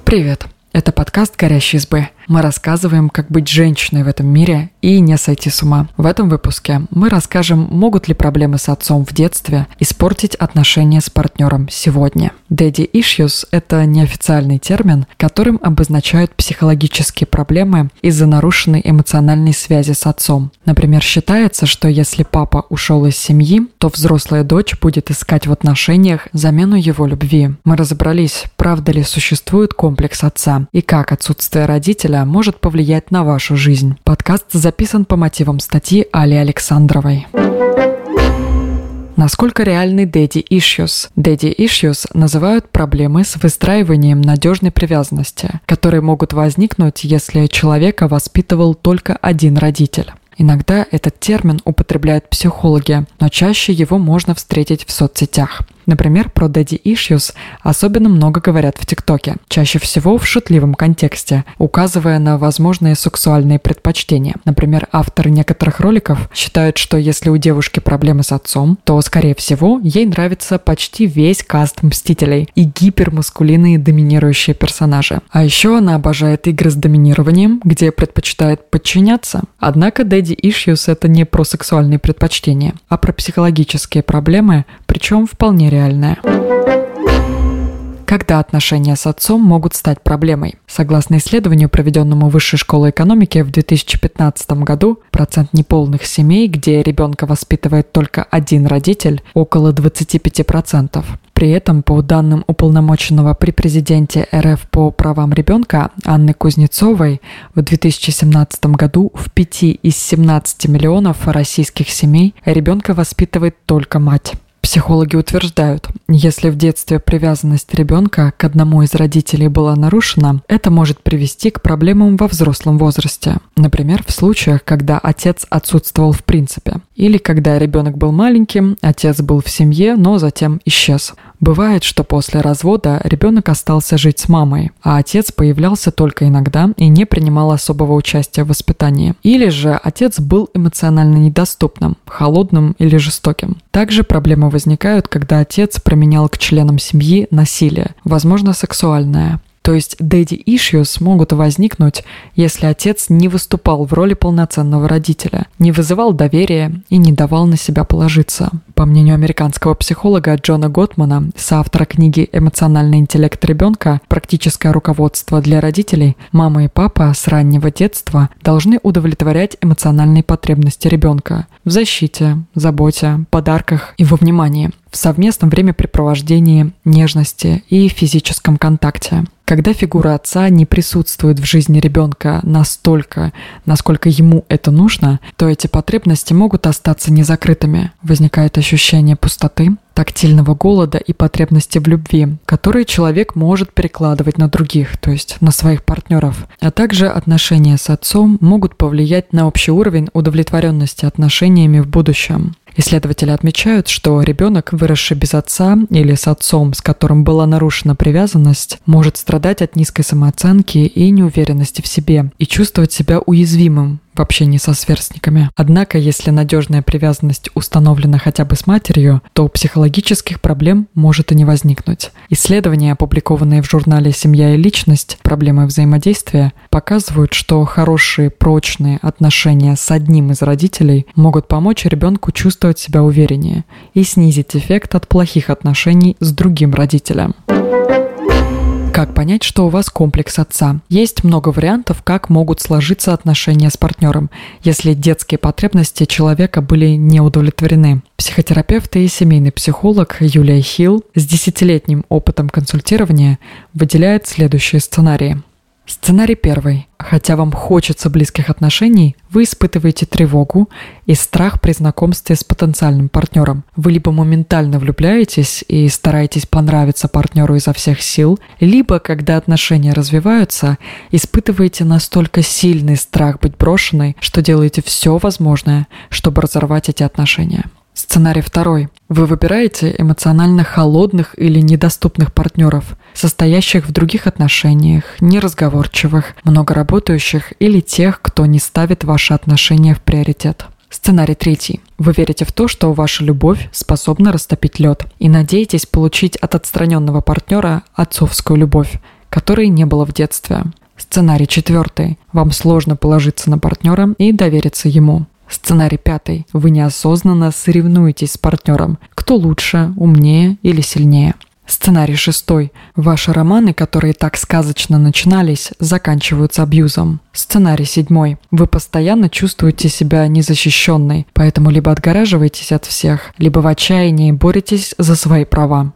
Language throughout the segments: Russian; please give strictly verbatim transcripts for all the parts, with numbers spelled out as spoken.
Привет! Это подкаст «Горящие избы». Мы рассказываем, как быть женщиной в этом мире и не сойти с ума. В этом выпуске мы расскажем, могут ли проблемы с отцом в детстве испортить отношения с партнером сегодня. Daddy issues – это неофициальный термин, которым обозначают психологические проблемы из-за нарушенной эмоциональной связи с отцом. Например, считается, что если папа ушел из семьи, то взрослая дочь будет искать в отношениях замену его любви. Мы разобрались, правда ли существует комплекс отца и как отсутствие родителя может повлиять на вашу жизнь. Подкаст записан по мотивам статьи Али Александровой. Насколько реальны daddy issues? Daddy issues называют проблемы с выстраиванием надежной привязанности, которые могут возникнуть, если человека воспитывал только один родитель. Иногда этот термин употребляют психологи, но чаще его можно встретить в соцсетях. Например, про daddy issues особенно много говорят в ТикТоке, чаще всего в шутливом контексте, указывая на возможные сексуальные предпочтения. Например, авторы некоторых роликов считают, что если у девушки проблемы с отцом, то, скорее всего, ей нравится почти весь каст Мстителей и гипермаскулинные доминирующие персонажи. А еще она обожает игры с доминированием, где предпочитает подчиняться. Однако daddy issues – это не про сексуальные предпочтения, а про психологические проблемы, причем вполне реальные. Реальная. Когда отношения с отцом могут стать проблемой? Согласно исследованию, проведенному Высшей школой экономики в две тысячи пятнадцатом году, процент неполных семей, где ребенка воспитывает только один родитель, около двадцать пять процентов. При этом, по данным уполномоченного при президенте РФ по правам ребенка Анны Кузнецовой, в две тысячи семнадцатом году в пяти из семнадцати миллионов российских семей ребенка воспитывает только мать. Психологи утверждают, если в детстве привязанность ребенка к одному из родителей была нарушена, это может привести к проблемам во взрослом возрасте. Например, в случаях, когда отец отсутствовал в принципе. Или когда ребенок был маленьким, отец был в семье, но затем исчез. Бывает, что после развода ребенок остался жить с мамой, а отец появлялся только иногда и не принимал особого участия в воспитании. Или же отец был эмоционально недоступным, холодным или жестоким. Также проблемы возникают, когда отец применял к членам семьи насилие, возможно, сексуальное. То есть daddy issues могут возникнуть, если отец не выступал в роли полноценного родителя, не вызывал доверия и не давал на себя положиться. По мнению американского психолога Джона Готмана, соавтора книги «Эмоциональный интеллект ребенка. Практическое руководство для родителей», мама и папа с раннего детства должны удовлетворять эмоциональные потребности ребенка в защите, заботе, подарках и во внимании, в совместном времяпрепровождении, нежности и физическом контакте. Когда фигура отца не присутствует в жизни ребенка настолько, насколько ему это нужно, то эти потребности могут остаться незакрытыми. Возникает ощущение пустоты, тактильного голода и потребности в любви, которые человек может перекладывать на других, то есть на своих партнеров. А также отношения с отцом могут повлиять на общий уровень удовлетворенности отношениями в будущем. Исследователи отмечают, что ребенок, выросший без отца или с отцом, с которым была нарушена привязанность, может страдать от низкой самооценки и неуверенности в себе и чувствовать себя уязвимым в общении со сверстниками. Однако, если надежная привязанность установлена хотя бы с матерью, то психологических проблем может и не возникнуть. Исследования, опубликованные в журнале «Семья и личность. Проблемы взаимодействия», показывают, что хорошие, прочные отношения с одним из родителей могут помочь ребенку чувствовать себя увереннее и снизить эффект от плохих отношений с другим родителем. Как понять, что у вас комплекс отца? Есть много вариантов, как могут сложиться отношения с партнером, если детские потребности человека были не удовлетворены. Психотерапевт и семейный психолог Юлия Хилл с десятилетним опытом консультирования выделяет следующие сценарии. Сценарий первый. Хотя вам хочется близких отношений, вы испытываете тревогу и страх при знакомстве с потенциальным партнером. Вы либо моментально влюбляетесь и стараетесь понравиться партнеру изо всех сил, либо, когда отношения развиваются, испытываете настолько сильный страх быть брошенной, что делаете все возможное, чтобы разорвать эти отношения. Сценарий второй. Вы выбираете эмоционально холодных или недоступных партнеров, состоящих в других отношениях, неразговорчивых, много работающих или тех, кто не ставит ваши отношения в приоритет. Сценарий третий. Вы верите в то, что ваша любовь способна растопить лед, и надеетесь получить от отстраненного партнера отцовскую любовь, которой не было в детстве. Сценарий четвертый. Вам сложно положиться на партнера и довериться ему. Сценарий пятый. Вы неосознанно соревнуетесь с партнером. Кто лучше, умнее или сильнее. Сценарий шестой. Ваши романы, которые так сказочно начинались, заканчиваются абьюзом. Сценарий седьмой. Вы постоянно чувствуете себя незащищенной, поэтому либо отгораживаетесь от всех, либо в отчаянии боретесь за свои права.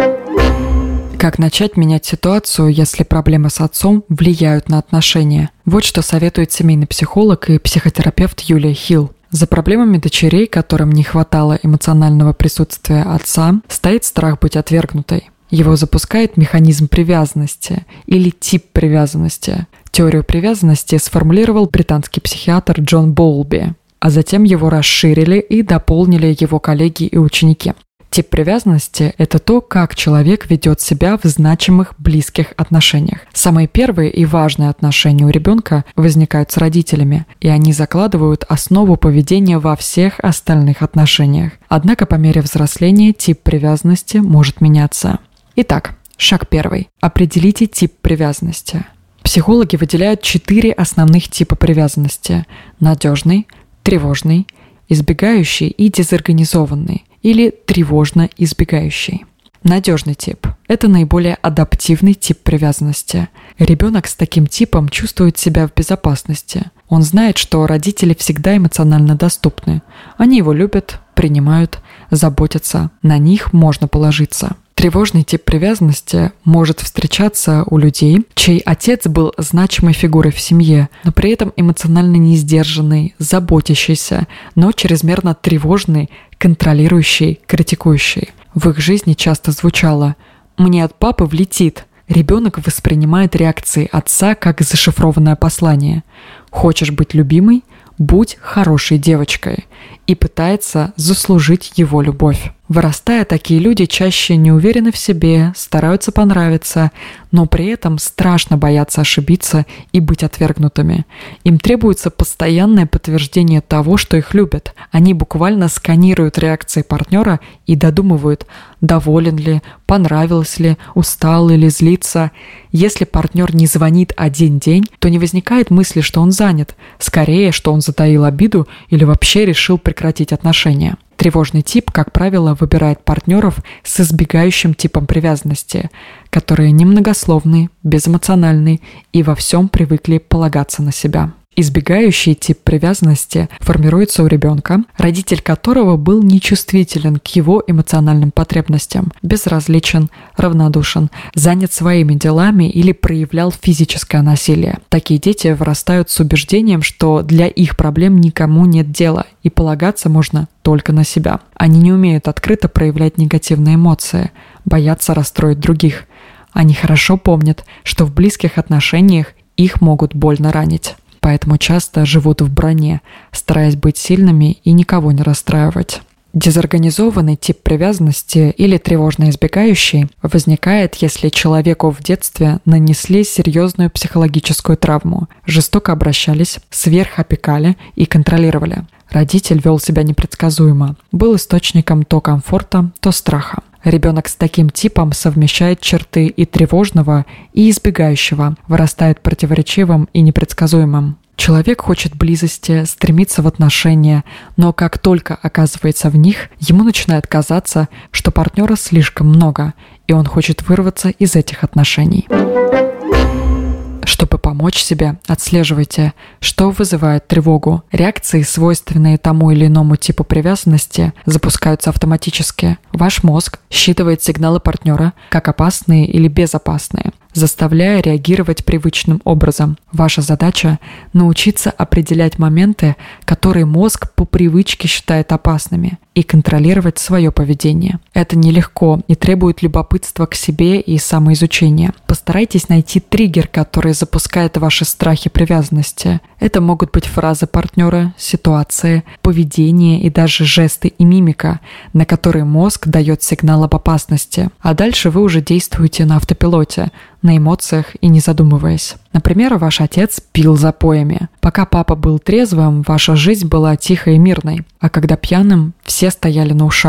Как начать менять ситуацию, если проблемы с отцом влияют на отношения? Вот что советует семейный психолог и психотерапевт Юлия Хилл. За проблемами дочерей, которым не хватало эмоционального присутствия отца, стоит страх быть отвергнутой. Его запускает механизм привязанности или тип привязанности. Теорию привязанности сформулировал британский психиатр Джон Боулби, а затем его расширили и дополнили его коллеги и ученики. Тип привязанности – это то, как человек ведет себя в значимых близких отношениях. Самые первые и важные отношения у ребенка возникают с родителями, и они закладывают основу поведения во всех остальных отношениях. Однако по мере взросления тип привязанности может меняться. Итак, шаг первый. Определите тип привязанности. Психологи выделяют четыре основных типа привязанности – надежный, тревожный, избегающий и дезорганизованный, или тревожно избегающий. Надежный тип – это наиболее адаптивный тип привязанности. Ребенок с таким типом чувствует себя в безопасности. Он знает, что родители всегда эмоционально доступны. Они его любят, принимают, заботятся, на них можно положиться. Тревожный тип привязанности может встречаться у людей, чей отец был значимой фигурой в семье, но при этом эмоционально несдержанный, заботящийся, но чрезмерно тревожный, контролирующий, критикующий. В их жизни часто звучало «мне от папы влетит». Ребенок воспринимает реакции отца как зашифрованное послание. «Хочешь быть любимой? Будь хорошей девочкой», и пытается заслужить его любовь. Вырастая, такие люди чаще не уверены в себе, стараются понравиться, но при этом страшно боятся ошибиться и быть отвергнутыми. Им требуется постоянное подтверждение того, что их любят. Они буквально сканируют реакции партнера и додумывают, доволен ли, понравилось ли, устал или злится. Если партнер не звонит один день, то не возникает мысли, что он занят. Скорее, что он затаил обиду или вообще решил прекратить отношения. Тревожный тип, как правило, выбирает партнеров с избегающим типом привязанности, которые немногословны, безэмоциональны и во всем привыкли полагаться на себя. Избегающий тип привязанности формируется у ребенка, родитель которого был нечувствителен к его эмоциональным потребностям, безразличен, равнодушен, занят своими делами или проявлял физическое насилие. Такие дети вырастают с убеждением, что для их проблем никому нет дела, и полагаться можно только на себя. Они не умеют открыто проявлять негативные эмоции, боятся расстроить других. Они хорошо помнят, что в близких отношениях их могут больно ранить. Поэтому часто живут в броне, стараясь быть сильными и никого не расстраивать. Дезорганизованный тип привязанности или тревожно избегающий возникает, если человеку в детстве нанесли серьезную психологическую травму, жестоко обращались, сверхопекали и контролировали. Родитель вел себя непредсказуемо, был источником то комфорта, то страха. Ребенок с таким типом совмещает черты и тревожного, и избегающего, вырастает противоречивым и непредсказуемым. Человек хочет близости, стремится в отношения, но как только оказывается в них, ему начинает казаться, что партнера слишком много, и он хочет вырваться из этих отношений. Чтобы помочь себе, отслеживайте, что вызывает тревогу. Реакции, свойственные тому или иному типу привязанности, запускаются автоматически. Ваш мозг считывает сигналы партнера как опасные или безопасные, заставляя реагировать привычным образом. Ваша задача – научиться определять моменты, которые мозг по привычке считает опасными, и контролировать свое поведение. Это нелегко и требует любопытства к себе и самоизучения. Постарайтесь найти триггер, который запускает ваши страхи привязанности. Это могут быть фразы партнера, ситуации, поведение и даже жесты и мимика, на которые мозг дает сигнал об опасности. А дальше вы уже действуете на автопилоте, на эмоциях и не задумываясь. Например, ваш отец пил запоями. Пока папа был трезвым, ваша жизнь была тихой и мирной, а когда пьяным, все стояли на ушах.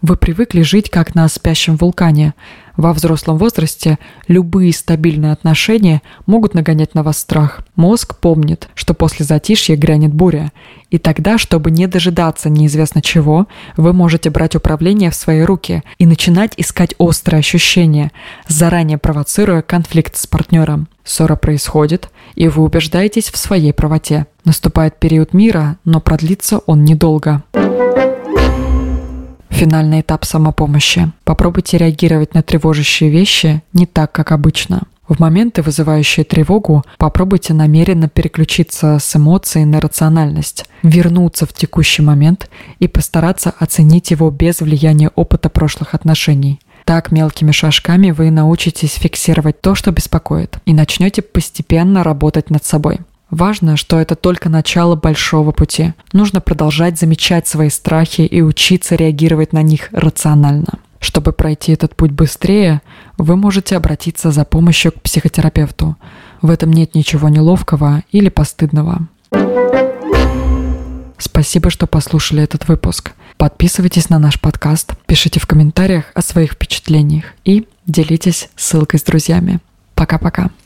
Вы привыкли жить как на спящем вулкане. Во взрослом возрасте любые стабильные отношения могут нагонять на вас страх. Мозг помнит, что после затишья грянет буря. И тогда, чтобы не дожидаться неизвестно чего, вы можете брать управление в свои руки и начинать искать острые ощущения, заранее провоцируя конфликт с партнером. Ссора происходит, и вы убеждаетесь в своей правоте. Наступает период мира, но продлится он недолго. Финальный этап самопомощи. Попробуйте реагировать на тревожащие вещи не так, как обычно. В моменты, вызывающие тревогу, попробуйте намеренно переключиться с эмоций на рациональность, вернуться в текущий момент и постараться оценить его без влияния опыта прошлых отношений. Так мелкими шажками вы научитесь фиксировать то, что беспокоит, и начнете постепенно работать над собой. Важно, что это только начало большого пути. Нужно продолжать замечать свои страхи и учиться реагировать на них рационально. Чтобы пройти этот путь быстрее, вы можете обратиться за помощью к психотерапевту. В этом нет ничего неловкого или постыдного. Спасибо, что послушали этот выпуск. Подписывайтесь на наш подкаст, пишите в комментариях о своих впечатлениях и делитесь ссылкой с друзьями. Пока-пока.